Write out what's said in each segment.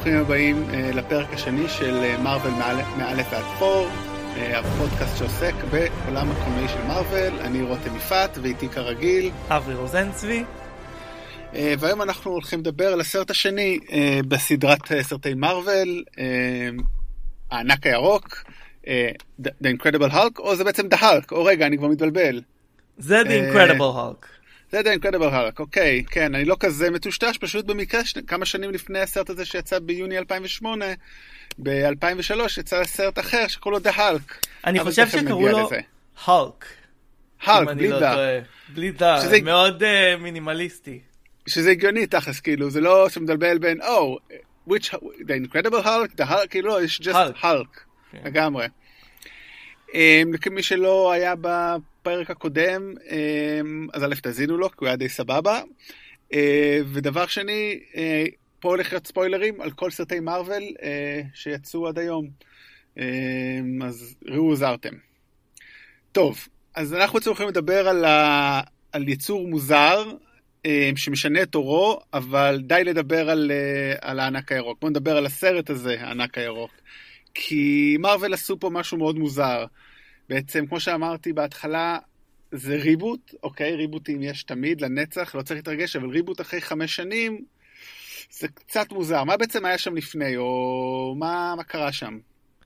ברוכים הבאים לפרק השני של מרוול מאלף ועד פור, הפודקאסט שעוסק בעולם הקולנועי של מרוול. אני רותם יפעת ואיתי כרגיל אבי רוזנצבי, והיום אנחנו הולכים לדבר על הסרט השני בסדרת סרטי מרוול, הענק הירוק, The Incredible Hulk, או זה בעצם The Hulk, או רגע, אני כבר מתבלבל. זה The Incredible Hulk. זה The Incredible Hulk, אוקיי, כן, אני לא כזה מטושטש, פשוט במקרה כמה שנים לפני הסרט הזה שיצא ביוני 2008, ב-2003 יצא סרט אחר שקוראים לו The Hulk. אני חושב שקראו לו Hulk. Hulk, בלי דה. בלי דה, מאוד מינימליסטי. שזה הגיוני תכלס, כאילו, זה לא שמדלבל בין, The Incredible Hulk, The Hulk, כאילו, יש just Hulk, לגמרי. כמי שלא היה בפרק הקודם, אז א' תזינו לו, כי הוא היה די סבבה. ודבר שני, פה הולך להיות ספוילרים על כל סרטי מרוול שיצאו עד היום. אז ראו זרתם. טוב, אז אנחנו צריכים לדבר על יצור מוזר, שמשנה את אורו, אבל די לדבר על הענק הירוק. בואו נדבר על הסרט הזה, הענק הירוק. כי מרוול עשו פה משהו מאוד מוזר. בעצם, כמו שאמרתי בהתחלה, זה ריבוט, אוקיי? ריבוטים יש תמיד, לנצח, לא צריך להתרגש, אבל ריבוט אחרי 5 שנים, זה קצת מוזר. מה בעצם היה שם לפני, או מה קרה שם?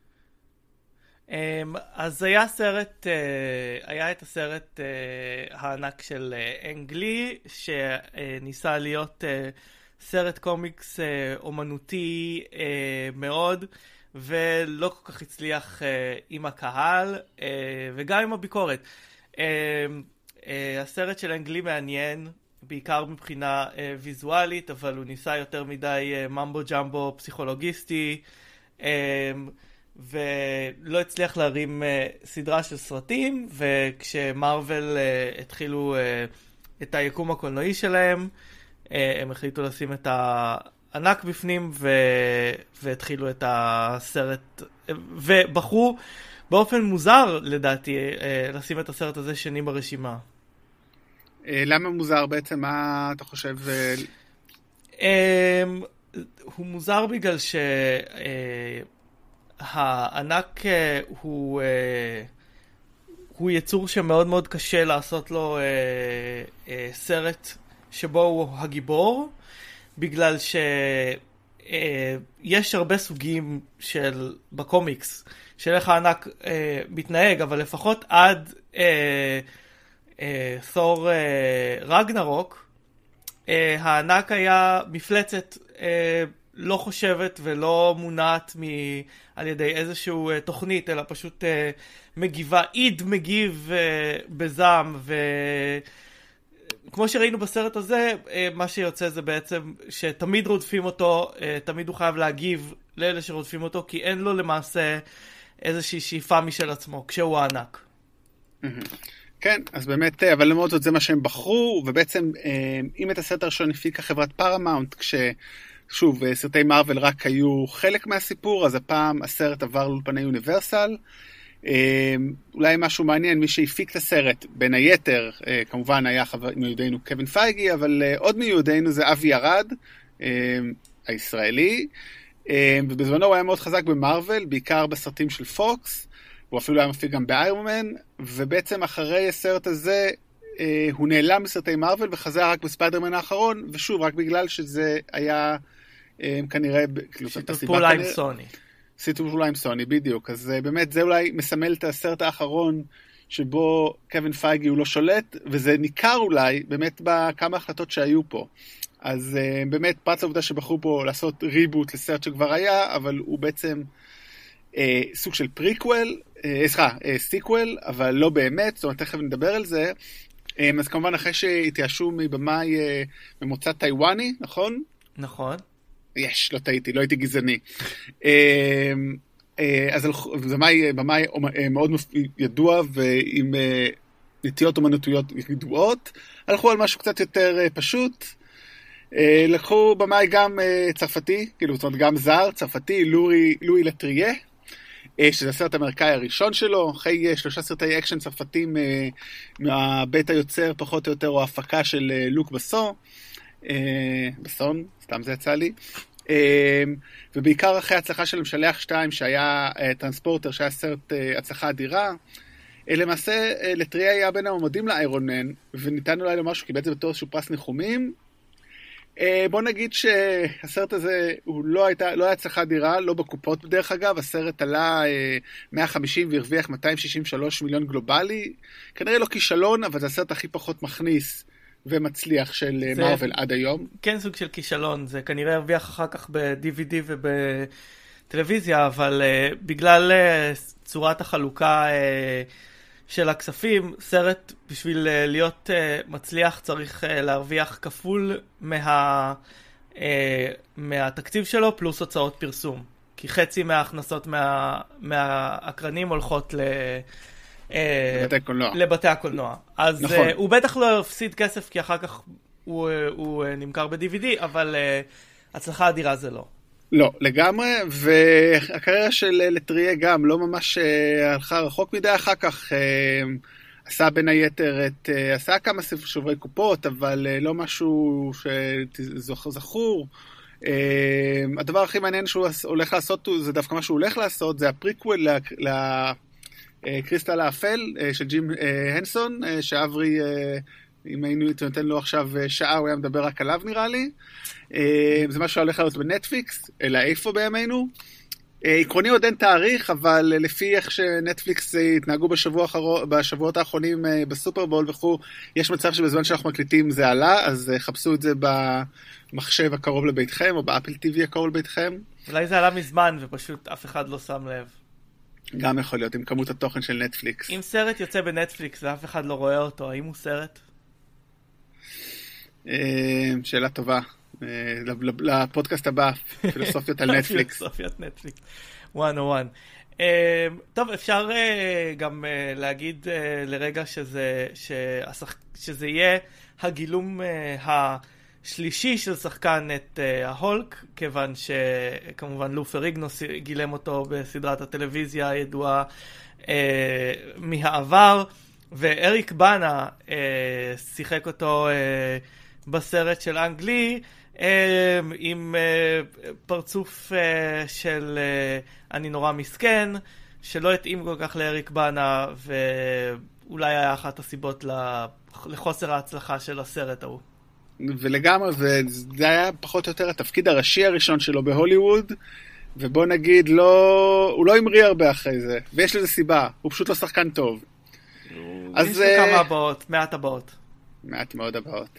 אז היה את הסרט הענק של אנגלי, שניסה להיות סרט קומיקס אומנותי מאוד, ולא כל כך הצליח עם הקהל וגם עם הביקורת. הסרט של אנגלי מעניין, בעיקר מבחינה ויזואלית, אבל הוא ניסה יותר מדי ממבו ג'מבו פסיכולוגיסטי, ולא הצליח להרים סדרה של סרטים. וכשמרוול התחילו את היקום הקולנועי שלהם, הם החליטו לשים את הענק בפנים והתחילו את הסרט, ובחרו באופן מוזר לדעתי לשים את הסרט הזה שני ברשימה. למה מוזר בעצם? מה אתה חושב? הוא מוזר בגלל שהענק הוא יצור שמאוד מאוד קשה לעשות לו סרט שבו הוא הגיבור, בגלל שיש הרבה סוגים בקומיקס של איך הענק מתנהג, אבל לפחות עד תור רגנרוק, הענק היה מפלצת לא חושבת ולא מונעת על ידי איזשהו תוכנית, אלא פשוט מגיב בזעם. כמו שראינו בסרט הזה, מה שיוצא זה בעצם שתמיד רודפים אותו, תמיד הוא חייב להגיב לאלה שרודפים אותו, כי אין לו למעשה איזושהי שאיפה משל עצמו, כשהוא הענק. כן, אז באמת, אבל למרות זאת זה מה שהם בחרו, ובעצם אם את הסרט הראשון הפיקה חברת פרמאונט, כששוב, סרטי מרוול רק היו חלק מהסיפור, אז הפעם הסרט עבר לאולפני יוניברסל. אולי משהו מעניין, מי שהפיק את הסרט בין היתר כמובן היה חבר מיודענו קווין פייגי, אבל עוד מיודענו זה אבי ארד הישראלי, ובזמנו הוא היה מאוד חזק במרוול, בעיקר בסרטים של פוקס, הוא אפילו היה מפיק גם באיירון מן, ובעצם אחרי הסרט הזה הוא נעלם בסרטי מרוול וחזר רק בספיידרמן האחרון, ושוב רק בגלל שזה היה כנראה שיתוף פעולה עם סוני. שיתוף פעולה עם סוני, בדיוק. אז באמת זה אולי מסמל את הסרט האחרון שבו קווין פייגי הוא לא שולט, וזה ניכר אולי באמת בכמה החלטות שהיו פה. אז באמת פרץ העובדה שבחרו פה לעשות ריבוט לסרט שכבר היה, אבל הוא בעצם סוג של פריקוול, סיקוול, אבל לא באמת, זאת אומרת תכף נדבר על זה. אז כמובן אחרי שהתייאשו מבמאי ממוצא טיוואני, נכון? נכון. לא טעיתי, לא הייתי גזעני. אז זה במאי מאוד ידוע ועם נטיות אומנותיות ידועות. הלכו על משהו קצת יותר פשוט. לקחו במאי גם צרפתי, כאילו זאת אומרת גם זר, צרפתי, לואי לטריה, שזה הסרט האמריקאי הראשון שלו, אחרי 3 סרטי אקשן צרפתים מהבית היוצר פחות או יותר, או ההפקה של לוק בסון, סתם זה יצא לי. ובעיקר אחרי ההצלחה של משלח 2 שהיה טרנספורטר, שהיה סרט הצלחה אדירה, למעשה לטריה היה בין המועמדים לאיירון מן, וניתן אולי לו משהו, כי בעצם בתור איזשהו פרס ניחומים. בוא נגיד שהסרט הזה הוא לא היה הצלחה אדירה, לא בקופות בדרך אגב, הסרט עלה 150 והרוויח 263 מיליון גלובלי, כנראה לא כישלון, אבל זה הסרט הכי פחות מכניס ומצליח של מארוול עד היום. כן, סוג של כישלון, זה כנראה הרוויח אחר כך ב-DVD ובטלוויזיה, אבל בגלל צורת החלוקה של הכספים, סרט בשביל להיות מצליח צריך להרוויח כפול מהתקציב שלו פלוס הוצאות פרסום. כי חצי מההכנסות מהאקרנים הולכות לבתי הקולנוע. אז נכון. הוא בטח לא הפסיד כסף כי אחר כך הוא נמכר ב-DVD, אבל הצלחה אדירה זה לא. לא, לגמרי, והקריירה של לטריה גם לא ממש הלכה רחוק מדי, אחר כך עשה בין היתר עשה כמה שוברי קופות, אבל לא משהו שזכור. הדבר הכי מעניין שהוא הולך לעשות, זה דווקא מה שהוא הולך לעשות, זה הפריקוול לקריסטל האפל של ג'ים הנסון, שאברי, אם היינו נותן לו עכשיו שעה, הוא היה מדבר רק עליו נראה לי. זה משהו שהולך לעלות בנטפליקס, אלא איפה בימינו. עקרוני עוד אין תאריך, אבל לפי איך שנטפליקס התנהגו בשבועות האחרונים בסופרבול וכו', יש מצב שבזמן שאנחנו מקליטים זה עלה, אז חפשו את זה במחשב הקרוב לביתכם, או באפל TV הקרוב לביתכם. אולי זה עלה מזמן ופשוט אף אחד לא שם לב. גם יכול להיות, עם כמות התוכן של נטפליקס. אם סרט יוצא בנטפליקס ואף אחד לא רואה אותו, האם הוא סרט? שאלה טובה. לפודקאסט הבא, פילוסופיות על נטפליקס. פילוסופיות נטפליקס, 101. טוב, אפשר גם להגיד לרגע שזה יהיה הגילום השלישי של שחקן את ההולק, כיוון שכמובן לופר ריגנוס גילם אותו בסדרת הטלוויזיה הידועה מהעבר, ואריק בנה שיחק אותו בסרט של אנגלי, עם פרצוף של אני נורא מסכן, שלא התאים כל כך לאריק בנה, ואולי היה אחת הסיבות לחוסר ההצלחה של הסרט ההוא. ולגמרי, וזה היה פחות או יותר התפקיד הראשי הראשון שלו בהוליווד, ובוא נגיד, הוא לא המריא הרבה אחרי זה, ויש לזה סיבה, הוא פשוט לא שחקן טוב. יש לו כמה הבאות, מעט הבאות. מעט מאוד הבאות.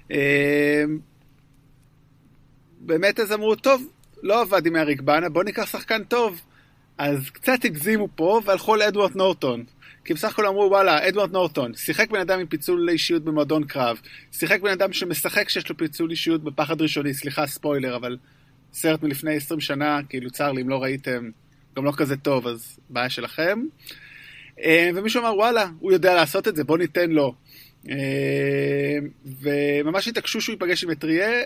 באמת אז אמרו, טוב, לא עבד עם אריק בנה, בוא ניקח שחקן טוב. אז קצת הגזימו פה והלכו לאדוארד נורטון. כי בסך הכל אמרו, וואלה, אדוארד נורטון, שיחק בן אדם עם פיצול אישיות במועדון קרב, שיחק בן אדם שמשחק שיש לו פיצול אישיות בפחד ראשוני, סליחה ספוילר, אבל סרט מלפני 20 שנה, כאילו צר לי, אם לא ראיתם, גם לא כזה טוב, אז בעיה שלכם. ומישהו אמר, וואלה, הוא יודע לעשות את זה, בוא ניתן לו. וממש התעקשו שהוא ייפגש עם לטריה,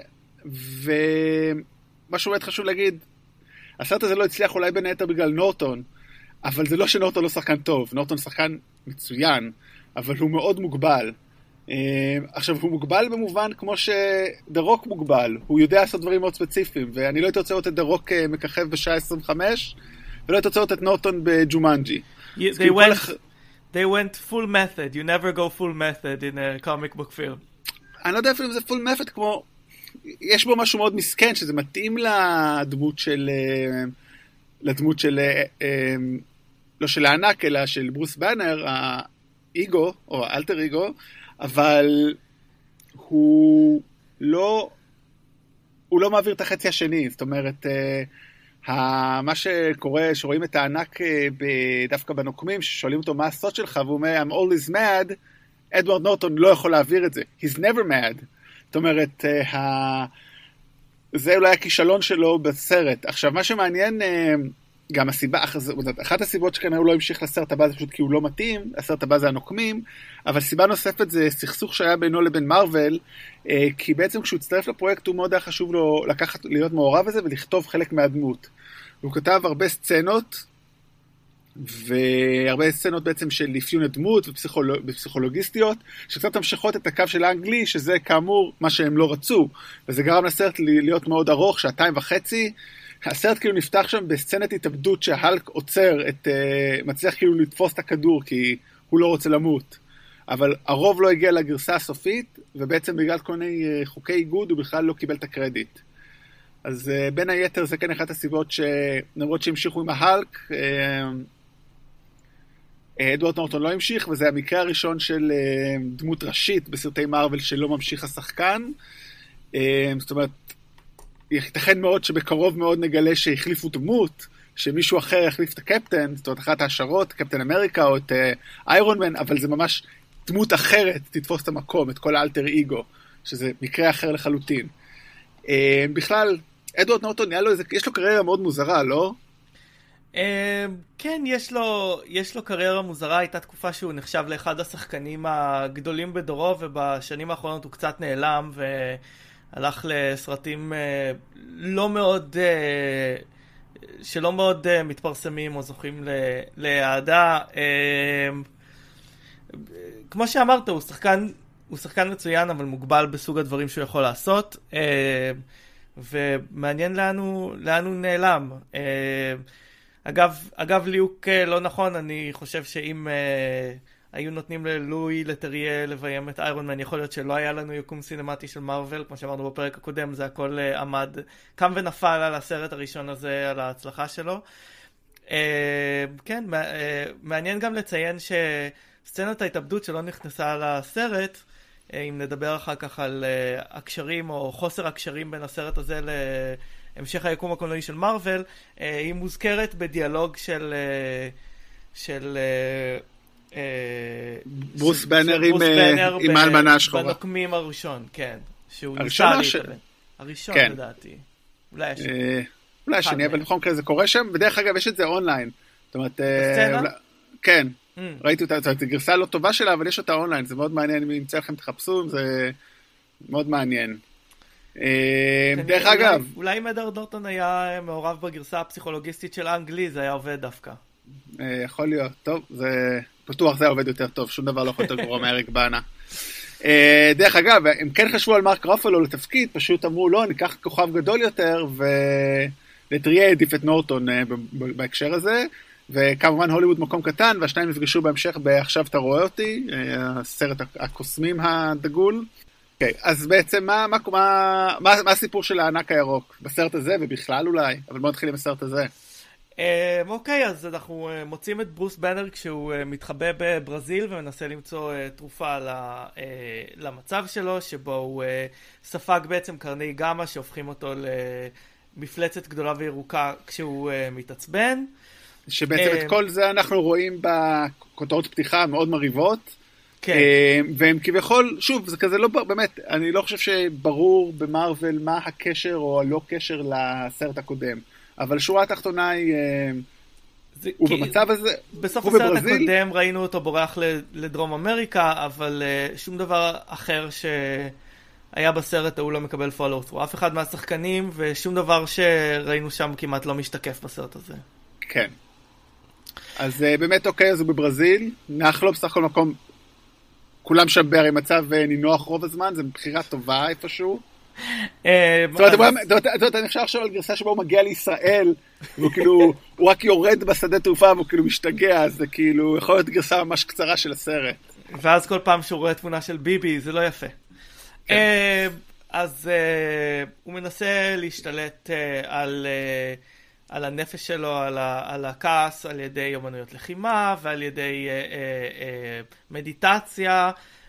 ומשהו באמת חשוב להגיד, הסרט הזה לא הצליח אולי בין היתר בגלל נורטון, אבל זה לא שנורטון לא שחקן טוב, נורטון שחקן מצוין, אבל הוא מאוד מוגבל. עכשיו, הוא מוגבל במובן כמו שדרוק מוגבל, הוא יודע לעשות דברים מאוד ספציפיים, ואני לא הייתי רוצה לראות את דרוק מככב בשעה 25, ולא הייתי רוצה לראות את נורטון בג'ומנג'י. They went full method. You never go full method in a comic book film. אני לא יודע אפילו אם זה full method, כמו יש בו משהו מאוד מסכן, שזה מתאים לדמות של לא של הענק, אלא של ברוס בנר, האיגו, או האלטר איגו, אבל הוא לא מעביר את החצי השני, זאת אומרת, מה שקורה, שרואים את הענק דווקא בנוקמים, ששואלים אותו מה הסוד שלך, והוא אומר, I'm always mad, אדוארד נורטון לא יכול להעביר את זה. He's never mad. זאת אומרת, זה אולי הכישלון שלו בסרט. עכשיו, מה שמעניין, גם הסיבה, אחת הסיבות שכנראה הוא לא המשיך לסרט הבא, זה פשוט כי הוא לא מתאים, הסרט הבא זה הנוקמים, אבל סיבה נוספת זה סכסוך שהיה בינו לבין מארוול, כי בעצם כשהוא הצטרף לפרויקט, הוא מאוד היה חשוב לו להיות מעורב בזה ולכתוב חלק מהדמות. הוא כתב הרבה סצנות, והרבה סצנות בעצם של אפיון הדמות ופסיכולוגיסטיות, שקצת המשכות את הקו של האנגלי, שזה כאמור מה שהם לא רצו, וזה גרם לסרט להיות מאוד ארוך, 2.5 שעות. הסרט כאילו נפתח שם בסצנת התאבדות שההלק עוצר, מצליח כאילו לתפוס את הכדור, כי הוא לא רוצה למות. אבל הרוב לא הגיע לגרסה הסופית, ובעצם בגלל כל מיני חוקי איגוד, הוא בכלל לא קיבל את הקרדיט. אז בין היתר זה כן אחת הסיבות שלמרות שהמשיכו עם ההלק, אדוארד נורטון לא המשיך, וזה המקרה הראשון של דמות ראשית בסרטי מארוול שלא ממשיך השחקן. זאת אומרת, ייתכן מאוד שבקרוב מאוד נגלה שהחליפו דמות, שמישהו אחר יחליף את הקפטן, זאת אומרת, אחת ההשערות, קפטן אמריקה או את איירון מן, אבל זה ממש דמות אחרת תתפוס את המקום, את כל האלטר איגו, שזה מקרה אחר לחלוטין. בכלל, אדוארד נורטון, יש לו קריירה מאוד מוזרה, לא? כן, יש לו קריירה מוזרה, הייתה תקופה שהוא נחשב לאחד השחקנים הגדולים בדורו, ובשנים האחרונות הוא קצת נעלם, והלך לסרטים לא מאוד, שלא מאוד מתפרסמים או זוכים להעדה. כמו שאמרת, הוא שחקן מצוין, אבל מוגבל בסוג הדברים שהוא יכול לעשות, ומעניין לאן הוא נעלם. אגב, ליהוק לא נכון, אני חושב שאם היו נותנים ללואי לטריה לביים את איירון מן, יכול להיות שלא היה לנו יקום סינמטי של מארוול, כמו שאמרנו בפרק הקודם, זה הכל קם ונפל על הסרט הראשון הזה, על ההצלחה שלו. כן, מעניין גם לציין שסצנת ההתאבדות שלא נכנסה לסרט, אם נדבר אחר כך על הקשרים או חוסר הקשרים בין הסרט הזה להמשך היקום הקולנועי של מארוול, היא מוזכרת בדיאלוג של ברוס בנר עם האלמנה השחורה. בנוקמים הראשון, כן. שהוא ניסה להתאבד. הראשון לדעתי. אולי השני, אבל נכון כזה קורה שם, ודרך אגב יש את זה אונליין. זאת אומרת, בסצנה? כן. ראיתי אותה, זאת גרסה לא טובה שלה, אבל יש אותה אונליין, זה מאוד מעניין, אם נמצא לכם תחפשו, זה מאוד מעניין. דרך אגב... אולי אם אדוארד נורטון היה מעורב בגרסה הפסיכולוגיסטית של האנגלי, זה היה עובד דווקא. יכול להיות, טוב, זה פתוח, זה עובד יותר טוב, שום דבר לא יכול יותר גרוע מאריק בנה. דרך אגב, הם כן חשבו על מרק רופלו לתפקיד, פשוט אמרו, לא, ניקח כוכב גדול יותר, ולטריה העדיף את נורטון בהקשר הזה, וכמובן הוליווד מקום קטן, והשניים נפגשו בהמשך ב"עכשיו אתה רואה אותי", הסרט הקוסמים הדגול. אוקיי, אז בעצם מה הסיפור של הענק הירוק בסרט הזה, ובכלל אולי, אבל בוא נתחיל עם הסרט הזה. אוקיי, אז אנחנו מוצאים את ברוס בנר כשהוא מתחבא בברזיל ומנסה למצוא תרופה למצב שלו, שבו הוא ספג בעצם קרני גמה שהופכים אותו למפלצת גדולה וירוקה כשהוא מתעצבן. שבעצם את כל זה אנחנו רואים בכותרות פתיחה מאוד מריבות, כן. והם כביכול, שוב, זה כזה לא, באמת, אני לא חושב שברור במארוול מה הקשר או הלא קשר לסרט הקודם, אבל שורה התחתונה היא, הוא במצב הזה, בסוף הסרט הקודם ראינו אותו בורח לדרום אמריקה, אבל שום דבר אחר שהיה בסרט הוא לא מקבל פולו-ת'רו, אף אחד מהשחקנים, ושום דבר שראינו שם כמעט לא משתקף בסרט הזה. כן. אז באמת אוקיי, אז הוא בברזיל, נח לו בסך הכל מקום, כולם שם בהרי מצב נינוח רוב הזמן, זה בחירה טובה איפשהו. זאת אומרת, אני אפשר לחשוב על גרסה שבה הוא מגיע לישראל, והוא כאילו, הוא רק יורד בשדה תעופה, והוא כאילו משתגע, אז זה כאילו, יכול להיות גרסה ממש קצרה של הסרט. ואז כל פעם שהוא רואה תמונה של ביבי, זה לא יפה. אז הוא מנסה להשתלט על הנפש שלו, על הכעס, על ידי אומנויות לחימה, ועל ידי מדיטציה,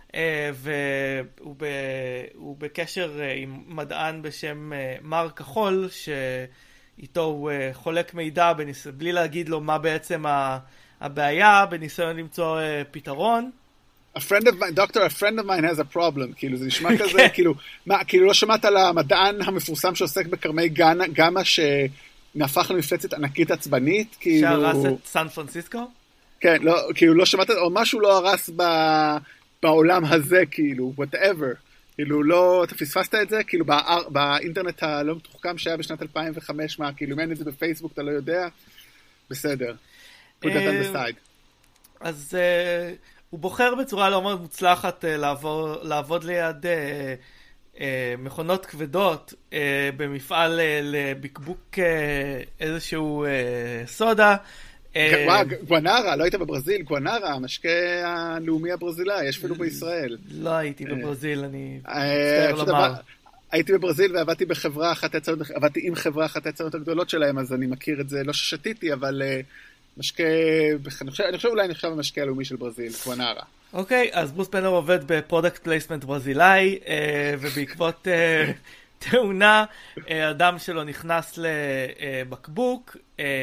והוא בקשר עם מדען בשם מר כחול, שאיתו הוא חולק מידע, בלי להגיד לו מה בעצם הבעיה, בניסיון למצוא פתרון. a friend of mine has a problem, כאילו זה נשמע כזה, כאילו לא שמעת על המדען המפורסם שעוסק בקרמי גמה נהפך למפלצת ענקית עצבנית, כאילו... שהרס את סן פרנסיסקו? כן, לא, כאילו לא שמעת, או משהו לא הרס בעולם הזה, כאילו, whatever. כאילו לא, אתה פספסת את זה? כאילו באינטרנט הלא מתוחכם שהיה בשנת 2005, מה, כאילו אם אין את זה בפייסבוק, אתה לא יודע? בסדר. put that on the side. אז הוא בוחר בצורה לא מאוד מוצלחת לעבוד ליד מכונות כבדות במפעל לבקבוק איזשהו סודה. גואנרה, לא היית בברזיל, גואנרה, המשקה הלאומי הברזילאי, יש אפילו בישראל. לא הייתי בברזיל, אני מצטער לומר. הייתי בברזיל ועבדתי בחברה אחת היצרנות, עבדתי עם חברה אחת היצרנות הגדולות שלהם, אז אני מכיר את זה, לא ששתיתי, אבל משקה, אני חושב אולי נחשב המשקה הלאומי של ברזיל, גואנרה. אוקיי, אז ברוס בנר עובד בפרודקט פלייסמנט ברזילאי, ובעקבות תאונה, אדם שלו נכנס לבקבוק,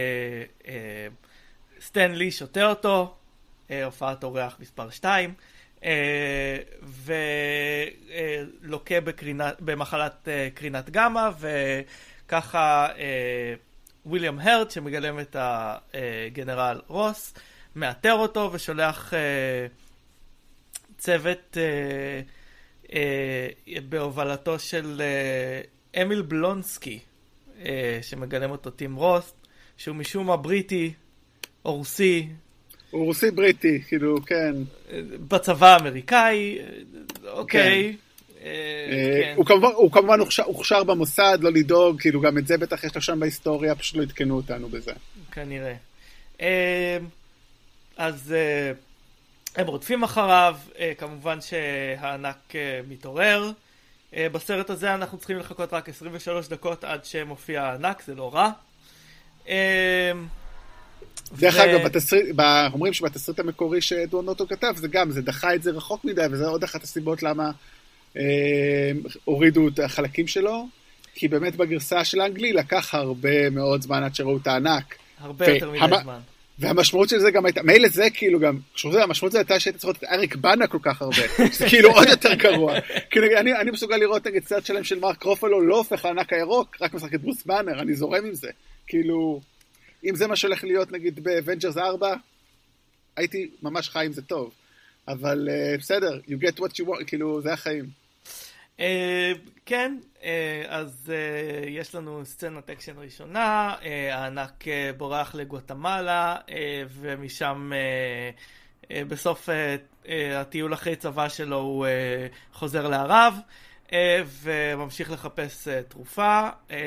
סטן לי שותה אותו, הופעת אורח מספר 2, ולוקה במחלת קרינת גמא, וככה וויליאם הרד, שמגלם את הגנרל רוס, מאתר אותו ושולח צוות בהובלתו של אמיל בלונסקי, שמגלם אותו טים רוס, שהוא משום מה בריטי, או רוסי. הוא רוסי בריטי, כאילו, כן. בצבא האמריקאי, אוקיי. הוא כמובן הוכשר במוסד, לא לדאוג, כאילו גם את זה בטח יש לו שם בהיסטוריה, פשוט לא התקנו אותנו בזה. כנראה. אז הם רודפים אחריו, כמובן שהענק מתעורר. בסרט הזה אנחנו צריכים לחכות רק 23 דקות עד שמופיע הענק, זה לא רע. דרך אגב, אומרים שבתסריט המקורי שדואן נוטו כתב, זה דחה את זה רחוק מדי, וזה עוד אחת הסיבות למה הורידו את החלקים שלו, כי באמת בגרסה של האנגלי לקח הרבה מאוד זמן עד שראו את הענק. הרבה יותר מדי זמן. והמשמעות של זה גם הייתה, מילא זה כאילו גם, המשמעות זה הייתה שהייתי צריכות את אריק בנה כל כך הרבה, זה כאילו עוד יותר גרוע. כאילו אני מסוגל לראות נגד סרט שלם של מרק רופלו, לא הופך לענק הירוק, רק משחק את ברוס בנר, אני זורם עם זה. כאילו, אם זה מה שהולך להיות נגיד באבנג'רס 4, הייתי ממש חי עם זה טוב. אבל בסדר, you get what you want, כאילו זה החיים. כן, אז יש לנו סצנת אקשן ראשונה, הענק בורח לגואטמלה, ומשם בסוף הטיול אחרי צבא שלו הוא חוזר לערב, וממשיך לחפש תרופה.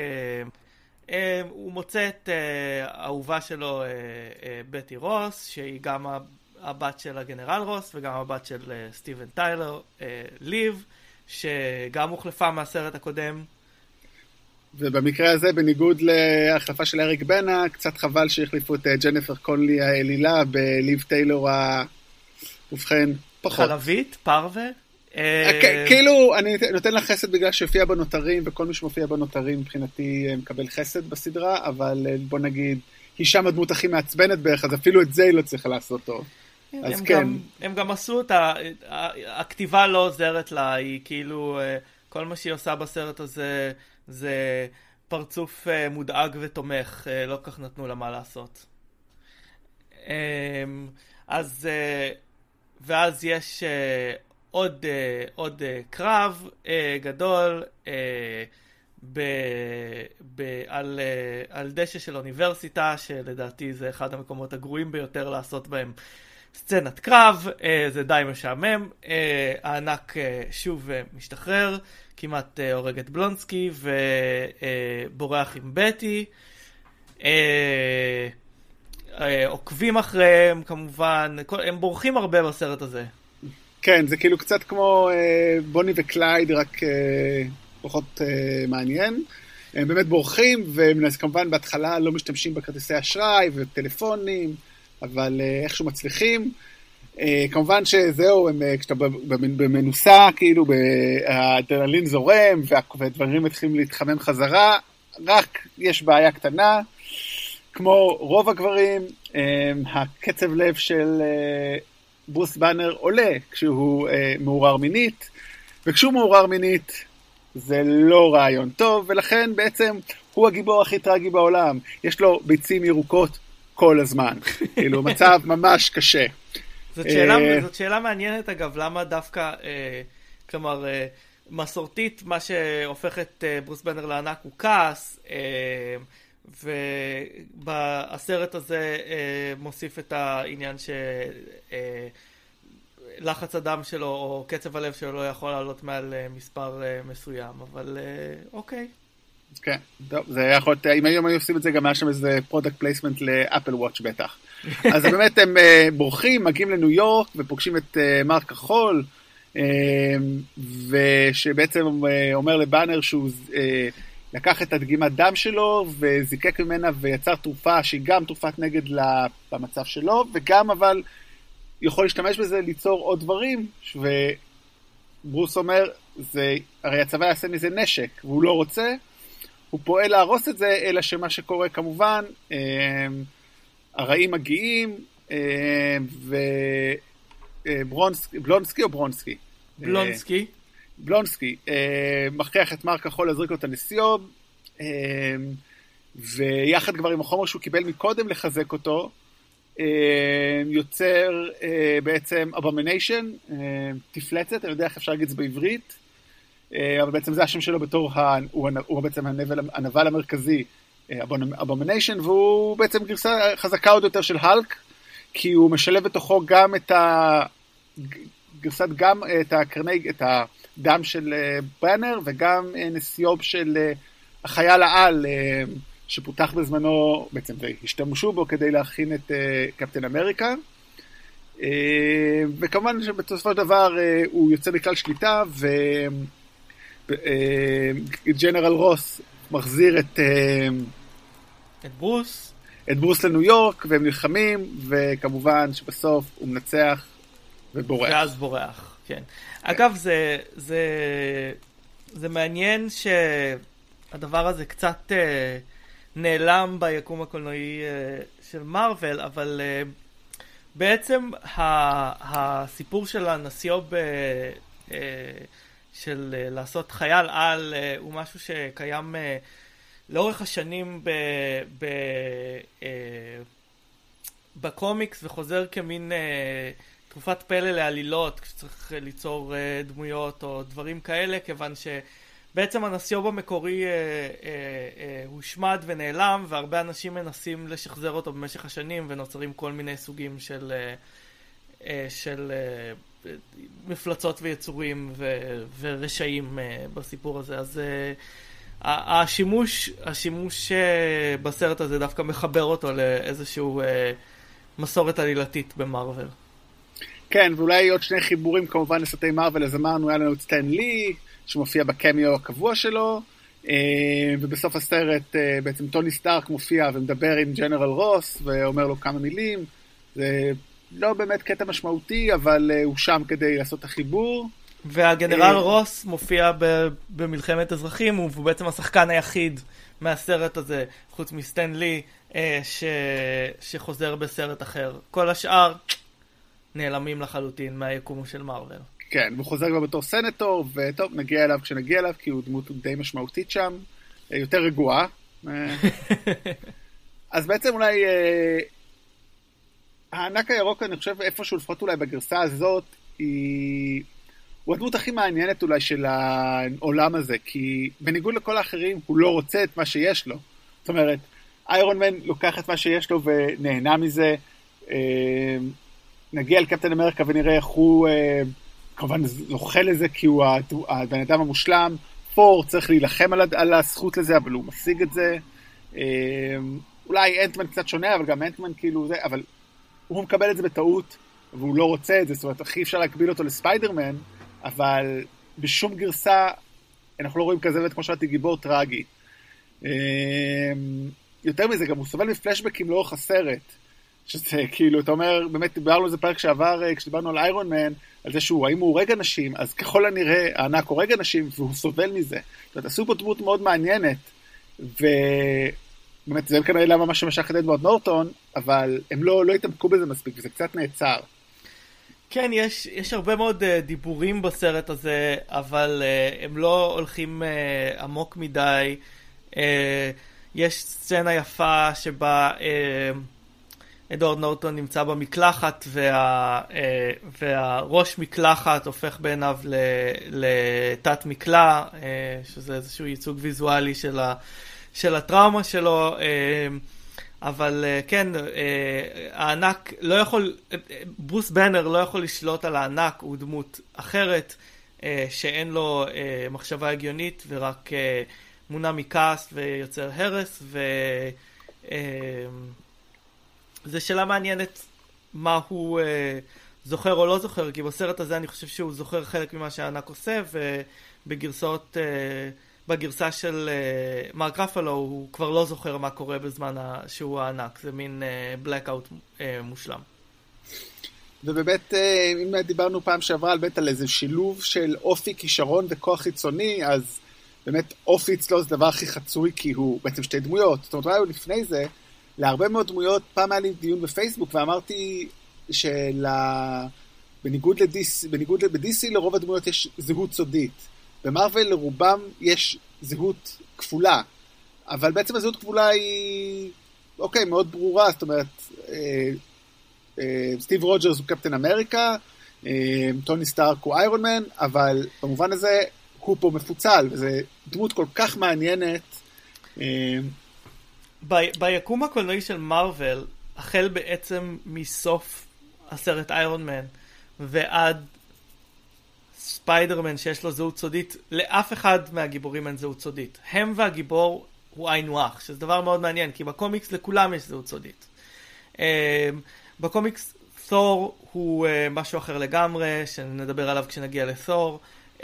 הוא מוצא את האהובה שלו, בטי רוס, שהיא גם הבת של הגנרל רוס, וגם הבת של סטיבן טיילר, ליב, שגם הוחלפה מהסרט הקודם. ובמקרה הזה, בניגוד להחלפה של אריק בנה, קצת חבל שהחליפו את ג'ניפר קונלי האלילה בליב טיילור ובכן פחות. חלבית, פרווה. כאילו, אני נותן לה חסד בגלל שהופיע בנותרים, וכל מי שמופיע בנותרים מבחינתי מקבל חסד בסדרה, אבל בוא נגיד, היא שם הדמות הכי מעצבנת בערך, אז אפילו את זה היא לא צריכה לעשות טוב. אז כן. הם גם עשו את הכתיבה לא עוזרת לה, היא כאילו, כל מה שהיא עושה בסרט הזה, זה פרצוף מודאג ותומך, לא כך נתנו לה מה לעשות. אז, ואז יש עוד קרב גדול על דשא של אוניברסיטה, שלדעתי זה אחד המקומות הגרועים ביותר לעשות בהם סצנת קרב, זה די משעמם. הענק שוב משתחרר, כמעט הורג את בלונסקי ובורח עם בטי. עוקבים אחריהם כמובן, הם בורחים הרבה בסרט הזה. כן, זה כאילו קצת כמו בוני וקלייד, רק פחות מעניין. הם באמת בורחים, וכמובן בהתחלה לא משתמשים בכרטיסי אשראי וטלפונים, אבל איכשהו מצליחים. כמובן שזהו, כשאתה במנוסה, כאילו האדרנלין זורם, והדברים מתחילים להתחמם חזרה, רק יש בעיה קטנה, כמו רוב הגברים, הקצב לב של ברוס בנר עולה כשהוא מעורר מינית, וכשהוא מעורר מינית זה לא רעיון טוב, ולכן בעצם הוא הגיבור הכי טרגי בעולם. יש לו ביצים ירוקות כל הזמן. כאילו, מצב ממש קשה. זאת שאלה מעניינת אגב, למה דווקא, כלומר, מסורתית, מה שהופך את ברוס בנר לענק הוא כעס, ובסרט הזה מוסיף את העניין שלחץ הדם שלו או קצב הלב שלו לא יכול לעלות מעל מספר מסוים, אבל אוקיי. כן, טוב, זה יכול להיות, אם היום היו עושים את זה, גם היה שם איזה פרודקט פלייסמנט לאפל וואץ' בטח. אז באמת הם בורחים, מגיעים לניו יורק ופוגשים את מרק כחול, ושבעצם אומר לבאנר שהוא לקח את הדגימת דם שלו וזיקק ממנה ויצר תרופה שהיא גם תרופת נגד במצב שלו, וגם אבל יכול להשתמש בזה ליצור עוד דברים, וברוס אומר, הרי הצבא יעשה מזה נשק, והוא לא רוצה, הוא פועל להרוס את זה, אלא שמה שקורה כמובן, הרעים מגיעים, בלונסקי או ברונסקי? בלונסקי, מכריח את מרק כחול להזריק לו את הנסיוב, ויחד כבר עם החומר שהוא קיבל מקודם לחזק אותו, יוצר בעצם אבומניישן, תפלצת, אני יודע איך אפשר להגיד את זה בעברית, אבל בעצם זה השם שלו בתור, הוא בעצם הנבל המרכזי, אבומניישן, והוא בעצם גרסה חזקה עוד יותר של הלק, כי הוא משלב בתוכו גם את גרסת גם את הדם של באנר, וגם נסיוב של החייל העל, שפותח בזמנו, בעצם השתמשו בו כדי להכין את קפטן אמריקה, וכמובן שבסופו של דבר הוא יוצא לכלל שליטה, וג'נרל רוס מחזיר את ברוס לניו יורק, והם נלחמים, וכמובן שבסוף הוא מנצח ובורח. ואז בורח, כן. אגב, זה מעניין שהדבר הזה קצת נעלם ביקום הקולנועי של מארוול, אבל בעצם הסיפור של הנסיוב של לעשות חייל על הוא משהו שקיים לאורך השנים בקומיקס, וחוזר כמין תרופת פלא לעלילות, כשצריך ליצור דמויות או דברים כאלה, כיוון שבעצם הנסיוב המקורי הושמד ונעלם, והרבה אנשים מנסים לשחזר אותו במשך השנים, ונוצרים כל מיני סוגים של מפלצות ויצורים ורשעים בסיפור הזה. אז השימוש בסרט הזה דווקא מחבר אותו לאיזשהו מסורת עלילתית במארוול. כן, ואולי עוד שני חיבורים כמובן לסרטי מארוול, אז אמרנו, היה לנו את סטן לי, שמופיע בקמיו הקבוע שלו, ובסוף הסרט בעצם טוני סטארק מופיע ומדבר עם ג'נרל רוס, ואומר לו כמה מילים. זה לא באמת קטע משמעותי, אבל הוא שם כדי לעשות את החיבור. והגנרל רוס מופיע במלחמת אזרחים, והוא בעצם השחקן היחיד מהסרט הזה, חוץ מסטן לי, שחוזר בסרט אחר. כל השאר נעלמים לחלוטין מהיקום של מארוול. כן, הוא חוזר כבר בתור סנטור, וטוב, נגיע אליו כשנגיע אליו, כי הוא דמות די משמעותית שם, יותר רגועה. אז בעצם אולי הענק הירוק, אני חושב, איפשהו לפחות אולי בגרסה הזאת, הוא הדמות הכי מעניינת אולי של העולם הזה, כי בניגוד לכל האחרים, הוא לא רוצה את מה שיש לו. זאת אומרת, איירון מן לוקח את מה שיש לו ונהנה מזה, נגיע אל קפטן אמריקה ונראה איך הוא כמובן זוכה לזה, כי הוא הבן אדם המושלם. פור צריך להילחם על הזכות לזה, אבל הוא משיג את זה. אולי אנטמן קצת שונה, אבל גם אנטמן כאילו זה, אבל הוא מקבל את זה בטעות, והוא לא רוצה את זה. זאת אומרת, הכי אפשר להקביל אותו לספיידרמן, אבל בשום גרסה אנחנו לא רואים כזה, כמו שאמרתי, גיבור טרגי. יותר מזה, גם הוא סובל מפלשבקים לאורך הסרט, שזה כאילו, אתה אומר, באמת דיברנו על זה פרק שעבר, כשדיברנו על איירון מן, על זה שהוא, האם הוא הורג אנשים, אז ככל הנראה, הענק הורג אנשים, והוא סובל מזה. זאת אומרת, עשו פה דמות מאוד מעניינת, ובאמת, זה כנראה למה מה שמשך את אדוארד נורטון, אבל הם לא התעמקו בזה מספיק, וזה קצת נעצר. כן, יש הרבה מאוד דיבורים בסרט הזה, אבל הם לא הולכים עמוק מדי. יש סצנה יפה שבה אדוארד נורטון נמצא במקלחת, והראש מקלחת הופך בעיניו לתת מקלע, שזה איזשהו ייצוג ויזואלי של הטראומה שלו, אבל כן, הענק לא יכול, ברוס בנר לא יכול לשלוט על הענק, הוא דמות אחרת, שאין לו מחשבה הגיונית ורק מונע מכעס ויוצר הרס, זה שאלה מעניינת מה הוא זוכר או לא זוכר, כי בסרט הזה אני חושב שהוא זוכר חלק ממה שהענק עושה, בגרסה של מרק רפלו הוא כבר לא זוכר מה קורה בזמן שהוא הענק, זה מין בלקאוט מושלם. ובאמת, אם דיברנו פעם שעברה על איזה שילוב של אופי, כישרון וכוח חיצוני, אז באמת אופי אצלו זה דבר הכי חצוי, כי הוא בעצם שתי דמויות. זאת אומרת, אולי לפני זה, להרבה מאוד דמויות, פעם היה לי דיון בפייסבוק, ואמרתי בניגוד ל-DC לרוב הדמויות יש זהות סודית. במרוול לרובם יש זהות כפולה, אבל בעצם הזהות כפולה היא, אוקיי, מאוד ברורה, זאת אומרת, סטיב רוג'רס הוא קפטן אמריקה, טוני סטארק הוא איירון מן, אבל במובן הזה הוא פה מפוצל, וזה דמות כל כך מעניינת. ביקום הקולנועי של מרוול, החל בעצם מסוף הסרט איירון מן, ועד ספיידרמן שיש לו זהות סודית, לאף אחד מהגיבורים אין זהות סודית. הם והגיבור הוא היינו הך, שזה דבר מאוד מעניין, כי בקומיקס לכולם יש זהות סודית. בקומיקס תור הוא משהו אחר לגמרי, שנדבר עליו כשנגיע לתור.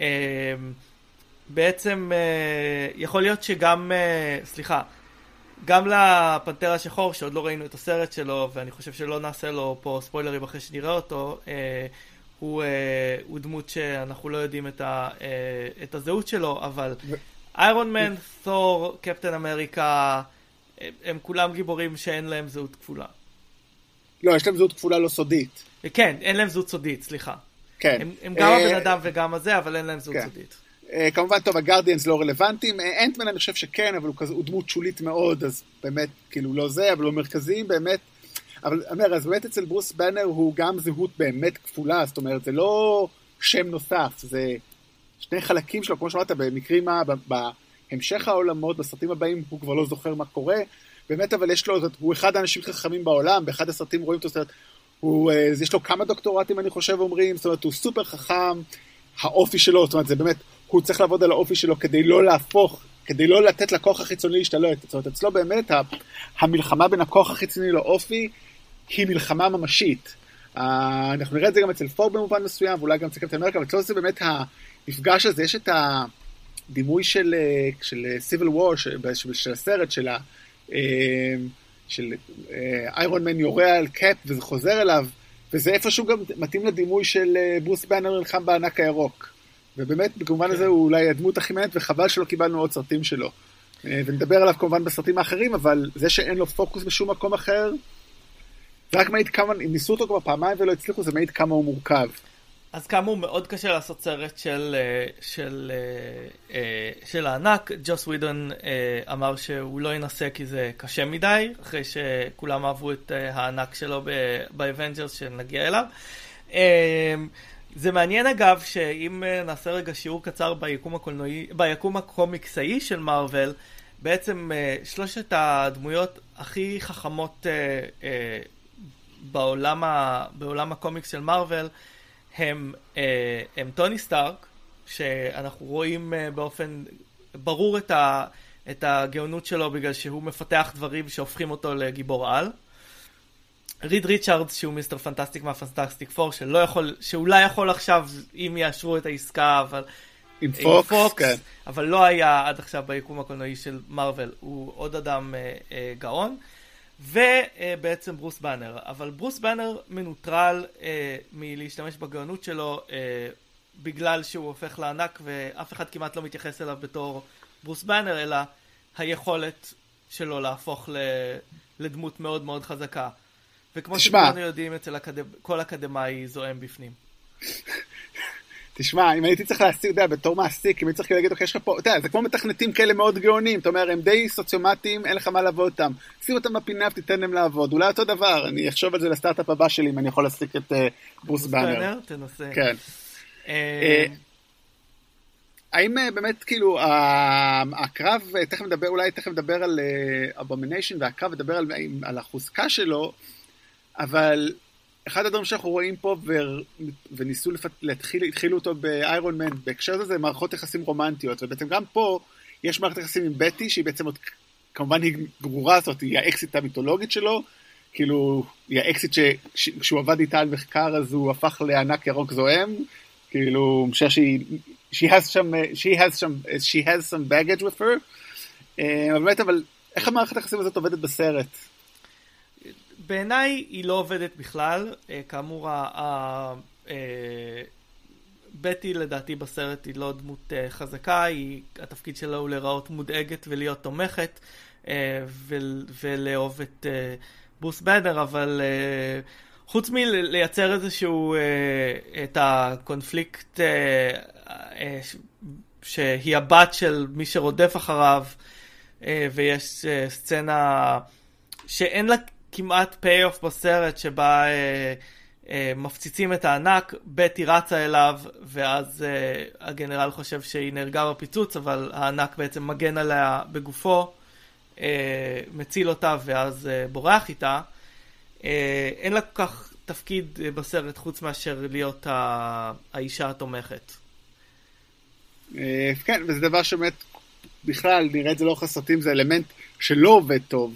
בעצם יכול להיות שגם, גם לפנתר השחור, שעוד לא ראינו את הסרט שלו, ואני חושב שלא נעשה לו פה ספוילרים אחרי שנראה אותו, הוא דמות שאנחנו לא יודעים את הזהות שלו, אבל איירון מן, תור, קפטן אמריקה, הם כולם גיבורים שאין להם זהות כפולה. לא, יש להם זהות כפולה לא סודית. כן, אין להם זהות סודית, סליחה. כן. הם גם הבן אדם וגם הזה, אבל אין להם זהות סודית. כמובן, טוב, הגארדיאנס לא רלוונטיים. אנטמן אני חושב שכן, אבל הוא דמות שולית מאוד, אז באמת, כאילו לא זה, אבל לא מרכזיים, באמת. אבל אומר, אז באמת אצל ברוס בנר הוא גם זהות באמת כפולה, זאת אומרת, זה לא שם נוסף, זה שני חלקים שלו, כמו שאמרת, במקרים, בהמשך העולמות, בסרטים הבאים, הוא כבר לא זוכר מה קורה, באמת, אבל יש לו, הוא אחד האנשים חכמים בעולם, באחד הסרטים רואים אותו, יש לו כמה דוקטורטים, אני חושב, אומרים, זאת אומרת, הוא סופר חכם, האופי שלו, זאת אומרת, זה באמת, הוא צריך לעבוד על האופי שלו כדי לא להפוך, כדי לא לתת לכוח החיצוני להשתלט. זאת אומרת, אצלו באמת, המלחמה בין הכוח החיצוני לאופי, היא מלחמה ממשית. אנחנו נראה את זה גם אצל פור במובן מסוים, ואולי גם אצל קפטן אמריקה, אבל אצלו זה באמת המפגש הזה, יש את הדימוי של Civil War, של הסרט, של איירון מן יורה על קאפ, וזה חוזר אליו, וזה איפשהו גם מתאים לדימוי של ברוס בנר נלחם בענק הירוק. ובאמת, בכמובן הזה הוא אולי הדמות הכי מעניינת, וחבל שלא קיבלנו עוד סרטים שלו. ונדבר עליו כמובן בסרטים האחרים, אבל זה שאין לו פוקוס בשום מקום אחר, זה רק מעיד כמה, אם ניסו אותו כבר פעמיים ולא הצליחו, זה מעיד כמה הוא מורכב. אז כאמור, מאוד קשה לעשות סרט של הענק. ג'וס ווידון אמר שהוא לא ינסה כי זה קשה מדי, אחרי שכולם אהבו את הענק שלו באבנג'רס שנגיע אליו. זה מעניין אגב, שאם נעשה רגע שיעור קצר ביקום הקומיקסאי של מארוול, בעצם שלושת הדמויות הכי חכמות בעולם הקומיקס של מארוול, הם טוני סטארק, שאנחנו רואים באופן ברור את הגאונות שלו, בגלל שהוא מפתח דברים שהופכים אותו לגיבור על. ריד ריצ'ארדס, שהוא מיסטר פנטסטיק מהפנטסטיק פור, שאולי יכול עכשיו, אם יאשרו את העסקה, אבל עם פוקס, כן. אבל לא היה עד עכשיו ביקום הקולנועי של מארוול, הוא עוד אדם גאון. ובעצם ברוס בנר, אבל ברוס בנר מנוטרל מלהשתמש בגאונות שלו בגלל שהוא הופך לענק, ואף אחד כמעט לא מתייחס אליו בתור ברוס בנר, אלא היכולת שלו להפוך לדמות מאוד מאוד חזקה. וכמו שכולנו יודעים, אצל כל אקדמאי זוהם בפנים. תשמע, אם הייתי צריך להסיק, בתור מעסיק, אם הייתי צריך להגיד, יש לך פה, זה כמו מתכנתים כאלה מאוד גאונים, אתה אומר, הם די סוציומטיים, אין לך מה לעבוד אותם. שים אותם בפינה ותיתן להם לעבוד. אולי אותו דבר, אני אחשוב על זה לסטארט-אפ הבא שלי, אם אני יכול להסיק את ברוס בנר. תנסה. כן. האם באמת כאילו הקרב, אולי תכף נדבר על אבומיניישן, והקרב נדבר על החוזקה שלו, אבל אחד הדברים שאנחנו רואים פה, וניסו התחילו אותו באיירון מן, בהקשר הזה זה מערכות יחסים רומנטיות, ובעצם גם פה יש מערכת יחסים עם בטי, שהיא בעצם כמובן היא גרורה זאת, היא האקסיט המיתולוגית שלו, כאילו היא האקסיט שכשהוא עבד איתה על מחקר, אז הוא הפך לענק ירוק זוהם, כאילו, אני חושב she has some baggage with her, אבל איך המערכת היחסים הזאת עובדת בסרט? בעיניי היא לא עובדת בכלל, כאמור, בטי לדעתי בסרט היא לא דמות חזקה, התפקיד שלה הוא להיראות מודאגת ולהיות תומכת, ולאהוב את ברוס בנר, אבל חוץ מלייצר איזשהו את הקונפליקט שהיא הבת של מי שרודף אחריו, ויש סצנה שאין לה כמעט פי-אוף בסרט שבה מפציצים את הענק, בטי רצה אליו, ואז הגנרל חושב שהיא נהרגה בפיצוץ, אבל הענק בעצם מגן עליה בגופו, מציל אותה ואז בורח איתה. אין לה כל כך תפקיד בסרט חוץ מאשר להיות האישה התומכת. כן, וזה דבר שבאמת בכלל נראה את זה לאורך הסרטים, זה אלמנט שלא עובד טוב.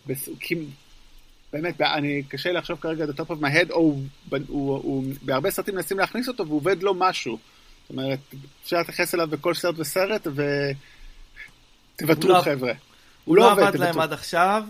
באמת, אני קשה לחשוב כרגע the top of my head, או בהרבה סרטים מנסים להכניס אותו והוא עובד לו משהו. זאת אומרת, אפשר להתייחס אליו בכל סרט וסרט ותוותרו חבר'ה. הוא לא עבד להם עד עכשיו,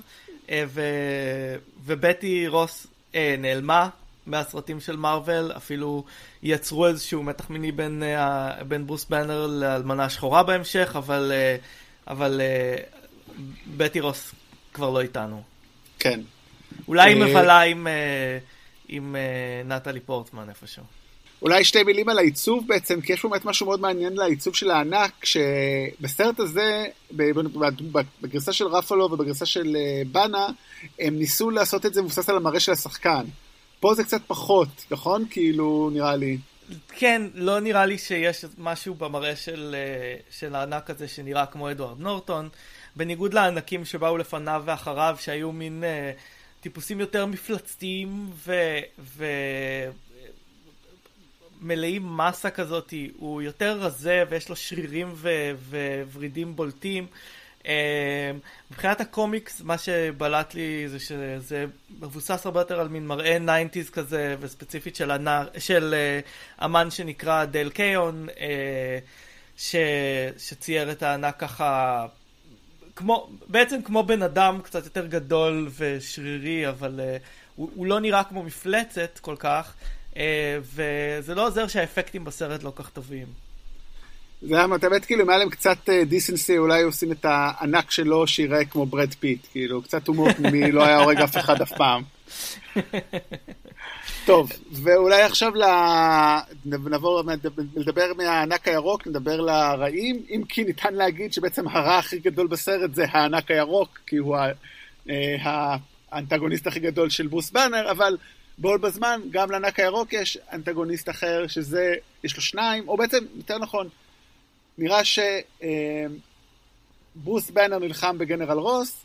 ובטי רוס נעלמה מהסרטים של מארוול, אפילו יצרו איזשהו מתח מיני בין ברוס בנר לאלמנה השחורה בהמשך, אבל בטי רוס כבר לא איתנו. כן. אולי היא מבלה עם נטלי פורטמן איפשהו. אולי שתי מילים על העיצוב בעצם, כי יש באמת משהו מאוד מעניין לעיצוב של הענק, שבסרט הזה, בגרסה של רפלו ובגרסה של בנה, הם ניסו לעשות את זה מבוסס על המראה של השחקן. פה זה קצת פחות, נכון? כאילו, נראה לי. כן, לא נראה לי שיש משהו במראה של הענק הזה שנראה כמו אדוארד נורטון, בניגוד לענקים שבאו לפניו ואחריו, שהיו מין טיפוסים יותר מפלצתיים מלאים מסה כזאת, הוא יותר רזה ויש לו שרירים וורידים בולטים. מבחינת הקומיקס, מה שבלט לי זה שזה מבוסס הרבה יותר על מין מראה 90s כזה, וספציפית של אמן שנקרא דייל קיון, שצייר את הענק ככה, בעצם כמו בן אדם קצת יותר גדול ושרירי, אבל הוא לא נראה כמו מפלצת כל כך, וזה לא עוזר שהאפקטים בסרט לא כך טובים. זה היה באמת כאילו, מעלם קצת דיסנסי, אולי עושים את הענק שלו שיראה כמו ברד פיט, כאילו, קצת הומור פנימי, לא היה הורג אף אחד אף פעם. טוב, ואולי עכשיו נעבור לדבר מהענק הירוק, נדבר לרעים, אם כי ניתן להגיד שבעצם הרע הכי גדול בסרט זה הענק הירוק, כי הוא האנטגוניסט הכי גדול של ברוס בנר, אבל בול בזמן, גם לענק הירוק יש אנטגוניסט אחר, שזה, יש לו שניים, או בעצם, יותר נכון, נראה שברוס בנר נלחם בגנרל רוס,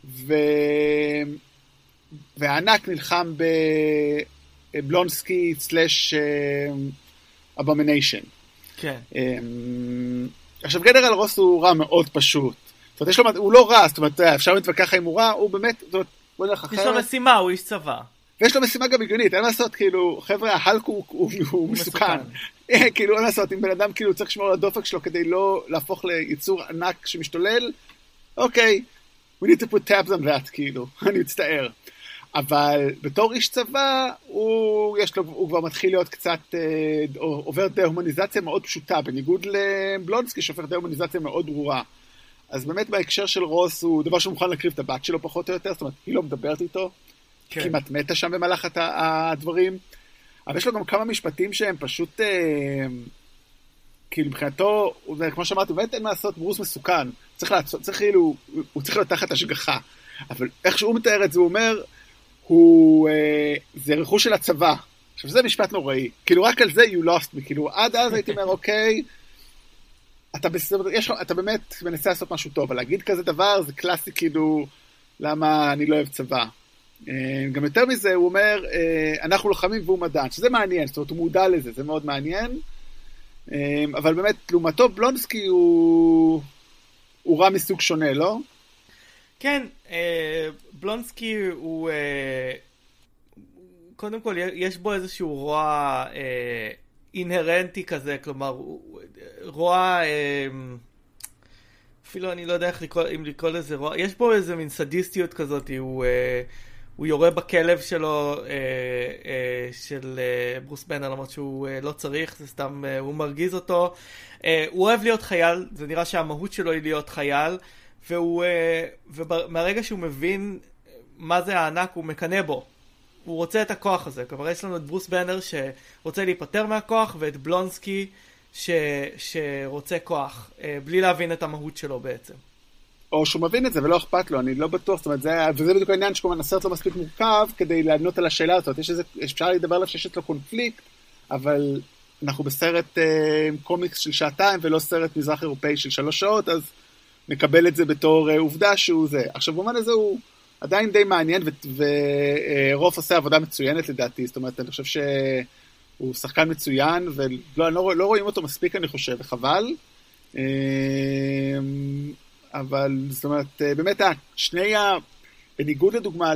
והענק נלחם בבלונסקי סלש אבומיניישן. כן. עכשיו, גנרל רוס הוא רע מאוד פשוט. זאת אומרת, יש לו, הוא לא רע, זאת אומרת, אפשר להתווכח אם הוא רע, הוא באמת, זאת אומרת, בוא נלך אחרת. יש לו משימה, הוא איש צבא. ויש לו משימה גם הגיונית, אין לעשות, כאילו, חבר'ה, ההלק הוא מסוכן. כאילו, אין לעשות, אם בן אדם כאילו צריך לשמור על הדופק שלו כדי לא להפוך ליצור ענק שמשתולל, אוקיי, we need to put tabs on that, כאילו, אני מצטער. אבל בתור איש צבא, הוא כבר מתחיל להיות קצת, עובר דה-הומניזציה מאוד פשוטה, בניגוד לבלונסקי, שעובר דה-הומניזציה מאוד ברורה. אז באמת בהקשר של רוס, הוא דבר שמוכן להקריב את הבת שלו פחות או יותר, זאת אומרת, היא לא מדברת איתו, כן. כמעט מתה שם במהלך הדברים, אבל יש לו גם כמה משפטים שהם פשוט, כאילו מבחינתו, כמו שאמרתי, באמת אין מה לעשות, ברוס מסוכן, הוא צריך להיות תחת השגחה, אבל איך שהוא מתאר את זה, הוא אומר, זה רכוש של הצבא, עכשיו זה משפט נוראי, כאילו רק על זה you lost me, כאילו עד אז הייתי אומר, אוקיי, אתה באמת מנסה לעשות משהו טוב, אבל להגיד כזה דבר זה קלאסי כאילו, למה אני לא אוהב צבא. גם יותר מזה, הוא אומר, אנחנו לוחמים והוא מדען, שזה מעניין, זאת אומרת, הוא מודע לזה, זה מאוד מעניין, אבל באמת, לעומתו, בלונסקי הוא רע מסוג שונה, לא? כן, בלונסקי הוא, קודם כל, יש בו איזשהו רוע אינהרנטי כזה, כלומר, רוע, אפילו אני לא יודע אם לקרוא לזה רוע, יש בו איזה מין סדיסטיות כזאת, הוא יורה בכלב שלו, של ברוס בנר, למרות שהוא לא צריך, זה סתם, הוא מרגיז אותו. הוא אוהב להיות חייל, זה נראה שהמהות שלו היא להיות חייל, ומהרגע שהוא מבין מה זה הענק, הוא מקנה בו. הוא רוצה את הכוח הזה. כלומר, יש לנו את ברוס בנר שרוצה להיפטר מהכוח, ואת בלונסקי שרוצה כוח, בלי להבין את המהות שלו בעצם. או שהוא מבין את זה ולא אכפת לו, אני לא בטוח, זאת אומרת, וזה בדיוק העניין שכמובן הסרט לא מספיק מורכב כדי לענות על השאלה הזאת, אפשר לדבר עליו שיש לו קונפליקט, אבל אנחנו בסרט קומיקס של 2 שעתיים ולא סרט מזרח אירופאי של 3 שעות, אז נקבל את זה בתור עובדה שהוא זה. עכשיו, במובן הזה הוא עדיין די מעניין, ורוף עושה עבודה מצוינת לדעתי, זאת אומרת, אני חושב שהוא שחקן מצוין, ולא רואים אותו מספיק, אני חושב, וחבל. אבל זאת אומרת, באמת בניגוד לדוגמה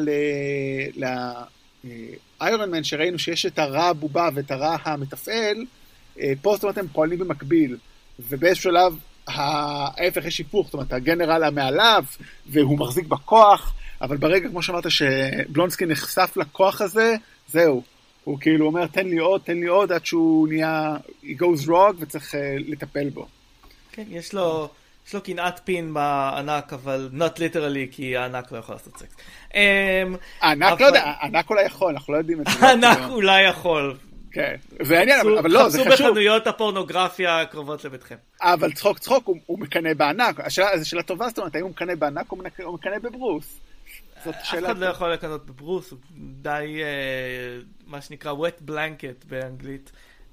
לאיירון מן שראינו שיש את הרע הבובה ואת הרע המתפעל, פה זאת אומרת הם פועלים במקביל, ובאיזשהו שלב ההפך יש היפוך, זאת אומרת הגנרל המעליו והוא מחזיק בכוח, אבל ברגע כמו שאמרת שבלונסקי נחשף לכוח הזה, זהו, הוא כאילו אומר תן לי עוד עד שהוא נהיה, he goes wrong וצריך לטפל בו. כן, יש לו קנאת פין בענק, אבל not literally, כי הענק לא יכול לעשות סקס. הענק לא יודע, הענק אולי יכול, אנחנו לא יודעים את זה. הענק אולי יכול. כן, אבל לא, זה חשוב. חפשו בחנויות הפורנוגרפיה הקרובות לביתכם. אבל צחוק, הוא מקנה בענק. השאלה, זו שאלה טובה, זאת אומרת, האם הוא מקנה בענק או הוא מקנה בברוס? אף אחד לא יכול לקנות בברוס, הוא די, מה שנקרא wet blanket באנגלית.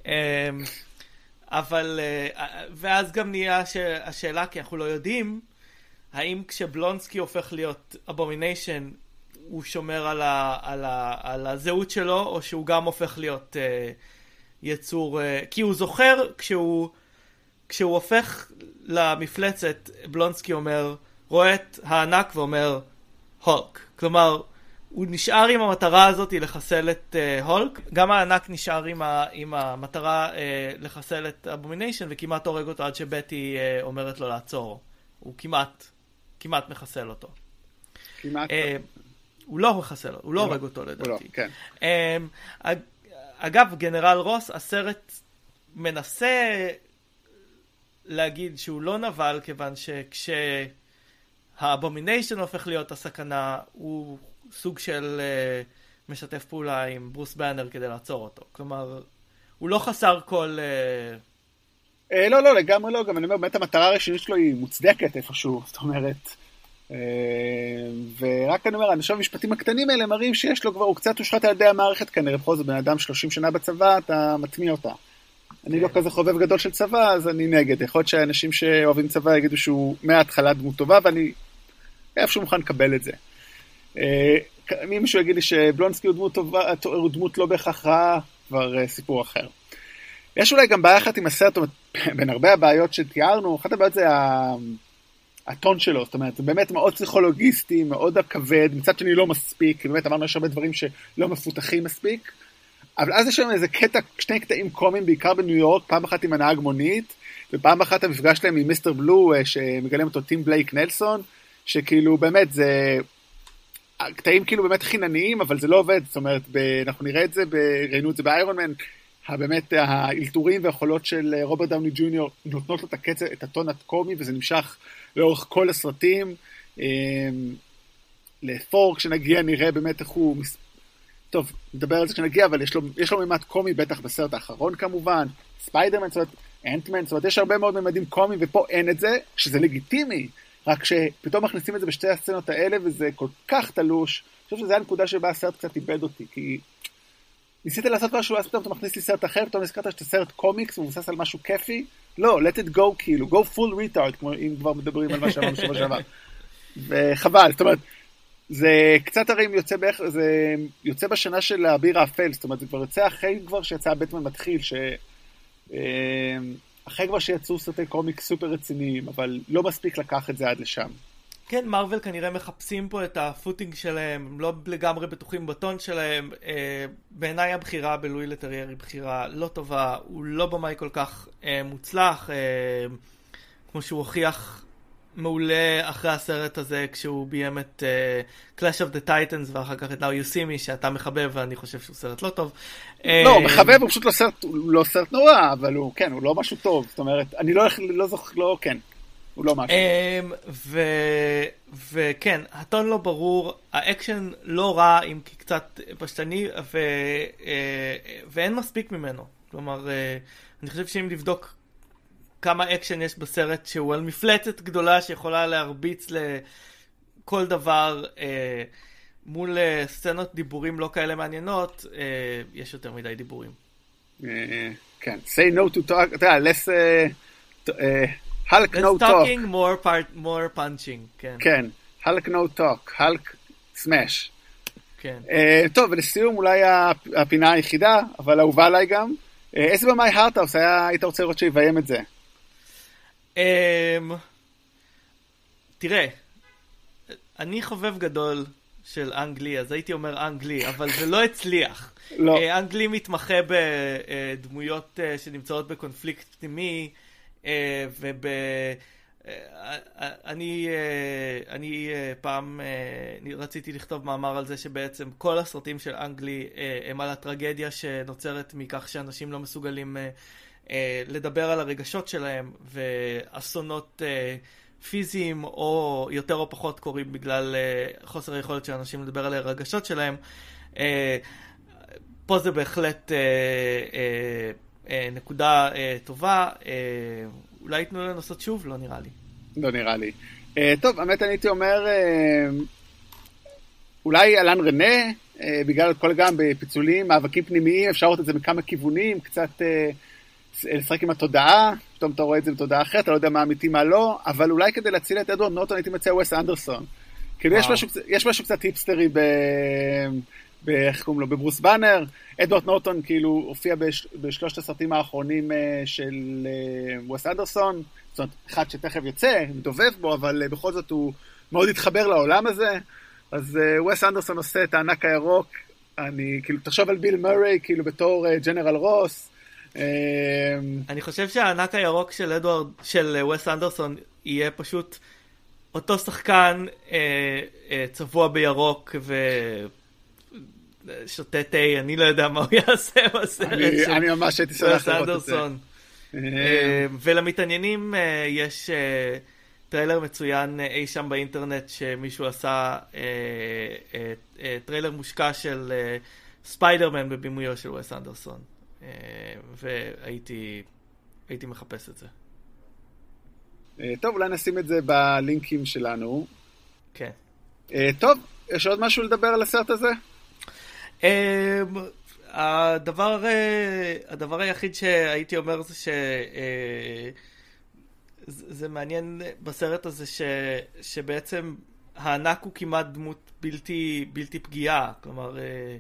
אבל, ואז גם נהיה השאלה, כי אנחנו לא יודעים, האם כשבלונסקי הופך להיות אבומיניישן, הוא שומר על הזהות שלו, או שהוא גם הופך להיות יצור, כי הוא זוכר, כשהוא הופך למפלצת, בלונסקי אומר, רואה את הענק ואומר, הולק. כלומר, הוא נשאר עם המטרה הזאת לחסל את הולק, גם הענק נשאר עם המטרה לחסל את אבומיניישן, וכמעט הורג אותו עד שבטי אומרת לו לעצור. הוא כמעט מחסל אותו. כמעט. הוא לא מחסל לו, הוא לא הורג אותו לדעתי. לא, כן. אגב, גנרל רוס, הסרט מנסה להגיד שהוא לא נבל, כיוון שהאבומיניישן הופך להיות הסכנה, הוא סוג של משתף פעולה עם ברוס בנר כדי לעצור אותו. כלומר, הוא לא חסר כל... לא, לגמרי לא. גם אני אומר, באמת המטרה הראשונית שלו היא מוצדקת איפשהו, זאת אומרת. ורק אני אומר, אנשים המשפטים הקטנים האלה מראים שיש לו כבר, הוא קצת הושחת על ידי המערכת כנראה, בכל זאת בן אדם 30 שנה בצבא, אתה מטמיע אותה. אני לא כזה חובב גדול של צבא, אז אני נגד. יכול להיות שהאנשים שאוהבים צבא יגידו שהוא מההתחלה דמות טובה, ואני איפשהו מוכן לקבל את זה. אם מישהו יגיד לי שבלונסקי הוא דמות טובה, הוא דמות לא בהכרח רעה, כבר סיפור אחר. יש אולי גם בעיה אחת עם הסרט, בין הרבה הבעיות שתיארנו, אחת הבעיות זה הטון שלו, זאת אומרת, זה באמת מאוד פסיכולוגיסטי, מאוד כבד, מצד שני לא מספיק, כי באמת אמרנו יש הרבה דברים שלא מפותחים מספיק, אבל אז יש שם איזה קטע, 2 קטעים קומיים, בעיקר בניו יורק, פעם אחת עם הנהג מונית, ופעם אחת המפגש שלהם עם מיסטר בלו, שמגלם אותו טים בלייק נלסון, שכאילו באמת זה, קטעים כאילו באמת חינניים, אבל זה לא עובד, זאת אומרת, אנחנו נראה את זה, ראינו את זה באיירון מן, באמת האלתורים והיכולות של רוברט דאוני ג'וניור נותנות לו את הטון הקומי, וזה נמשך לאורך כל הסרטים. לפור, כשנגיע נראה באמת איך הוא... טוב, נדבר על זה כשנגיע, אבל יש לו ממד קומי בטח בסרט האחרון כמובן, ספיידרמן, זאת אומרת, אנטמן, זאת אומרת, יש הרבה מאוד ממדים קומיים, ופה אין את זה, שזה לגיטימי, רק שפתאום מכניסים את זה בשתי הסצנות האלה, וזה כל כך תלוש. אני חושב שזו הנקודה שבה הסרט קצת איבד אותי, כי ניסית לעשות משהו, אז פתאום אתה מכניס לי סרט אחר, פתאום נזכרת שאתה סרט קומיקס, הוא מבוסס על משהו כיפי, לא, let it go כאילו, go full retard, כמו אם כבר מדברים על מה שאמרנו שבוע שעבר. וחבל, זאת אומרת, זה קצת הרי זה יוצא בשנה של האביר האפל, זאת אומרת, זה כבר יוצא אחרי כבר שיצא בטמן מתחיל, אחרי כבר שיצאו סרטי קומיקס סופר רציניים, אבל לא מספיק לקח את זה עד לשם. כן, מרוול כנראה מחפשים פה את הפוטינג שלהם, הם לא לגמרי בטוחים בטון שלהם. בעיניי הבחירה בלואי לטרייר היא בחירה לא טובה, הוא לא במאי כל כך מוצלח, כמו שהוא הוכיח מעולה אחרי הסרט הזה, כשהוא ביים את Clash of the Titans, ואחר כך את Now You See Me, שאתה מחבב, ואני חושב שהוא סרט לא טוב. לא, מחבב הוא פשוט לא סרט נורא, אבל הוא, כן, הוא לא משהו טוב, זאת אומרת, אני לא זוכר, לא, כן. הוא לא משהו. וכן, הטון לא ברור, האקשן לא רע, אם כי קצת פשטני, ואין מספיק ממנו. כלומר, אני חושב שאם לבדוק כמה אקשן יש בסרט שהוא על מפלצת גדולה שיכולה להרביץ לכל דבר, מול סצנות דיבורים לא כאלה מעניינות, יש יותר מדי דיבורים. כן, say no to talk, אתה יודע, Hulk no talk. Less talking, more punching. כן. כן, Hulk no talk, Hulk smash. כן. טוב, ולסיום אולי הפינה היחידה, אבל אהובה עליי גם. איזה במאי הרטהאוס היית רוצה לראות שיביים את זה? תראה, אני חובב גדול של אנגלי, אז הייתי אומר אנגלי, אבל זה לא הצליח. לא. אנגלי מתמחה בדמויות שנמצאות בקונפליקט פנימי, אני פעם רציתי לכתוב מאמר על זה שבעצם כל הסרטים של אנגלי הם על הטרגדיה שנוצרת מכך שאנשים לא מסוגלים לדבר על הרגשות שלהם, ואסונות פיזיים או יותר או פחות קורים בגלל חוסר היכולת של אנשים לדבר על הרגשות שלהם. פה זה בהחלט נקודה טובה. אולי יתנו לנסות שוב? לא נראה לי. לא נראה לי. טוב, האמת אני הייתי אומר, אולי אלן רנה, בגלל כל גם בפיצולים, מאבקים פנימיים, אפשר לראות את זה מכמה כיוונים, קצת לשחק עם התודעה, פתאום אתה רואה את זה בתודעה אחרת, אתה לא יודע מה אמיתי מה לא, אבל אולי כדי להציל את אדוארד נורטון הייתי מציע ווס אנדרסון. כאילו יש משהו קצת היפסטרי איך קוראים לו, בברוס בנר. אדוארד נורטון כאילו הופיע בשלושת הסרטים האחרונים של ווס אנדרסון, זאת אומרת, אחד שתכף יצא, מדובב בו, אבל בכל זאת הוא מאוד התחבר לעולם הזה. אז ווס אנדרסון עושה את הענק הירוק, אני כאילו, תחשוב על ביל מורי, כאילו בתור ג'נרל רוס. אני חושב שהענק הירוק של ווס אנדרסון יהיה פשוט אותו שחקן צבוע בירוק ושותה תה, אני לא יודע מה הוא יעשה בסרט אני ממש הייתי שמח לראות את זה. ולמתעניינים יש טריילר מצוין אי שם באינטרנט שמישהו עשה, טריילר מושקע של ספיידרמן בבימויו של ווס אנדרסון, והייתי מחפש את זה. טוב, אולי נשים את זה בלינקים שלנו. כן. טוב, יש עוד משהו לדבר על הסרט הזה? הדבר היחיד שהייתי אומר זה זה מעניין בסרט הזה שבעצם הענק הוא כמעט דמות בלתי פגיעה. כלומר,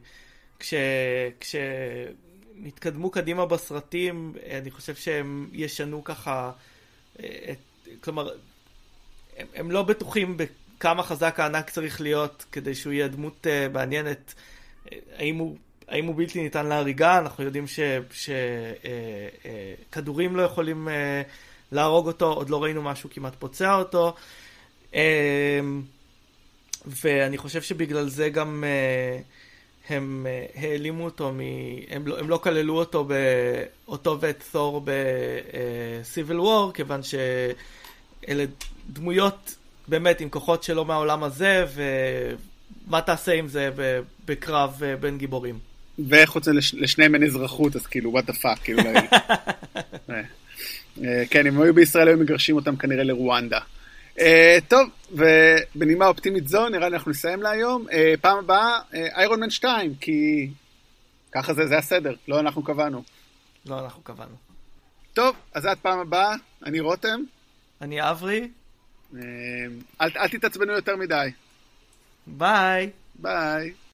כשנתקדמו קדימה בסרטים, אני חושב שהם ישנו ככה, כלומר, הם לא בטוחים בכמה חזק הענק צריך להיות כדי שהוא יהיה דמות מעניינת. האם הוא בלתי ניתן להריגה? אנחנו יודעים שכדורים לא יכולים להרוג אותו, עוד לא ראינו משהו כמעט פוצע אותו, ואני חושב שבגלל זה גם הם העלימו אותו, הם לא כללו אותו ואת תור בסיביל וור, כיוון שאלה דמויות באמת עם כוחות שלא מהעולם הזה, ומה תעשה עם זה בקרב בין גיבורים? וחוץ לשניהם אין אזרחות, אז כאילו, what the fuck, כאילו, כן, אם היו בישראל, היו מגרשים אותם כנראה לרואנדה. טוב, ובנימה אופטימית זו, נראה לי אנחנו נסיים להיום. פעם הבאה, איירון מן 2, כי ככה זה הסדר, לא אנחנו קבענו. לא אנחנו קבענו. טוב, אז עד פעם הבאה, אני רותם. אני אברי. אל תתעצבנו יותר מדי. ביי. ביי.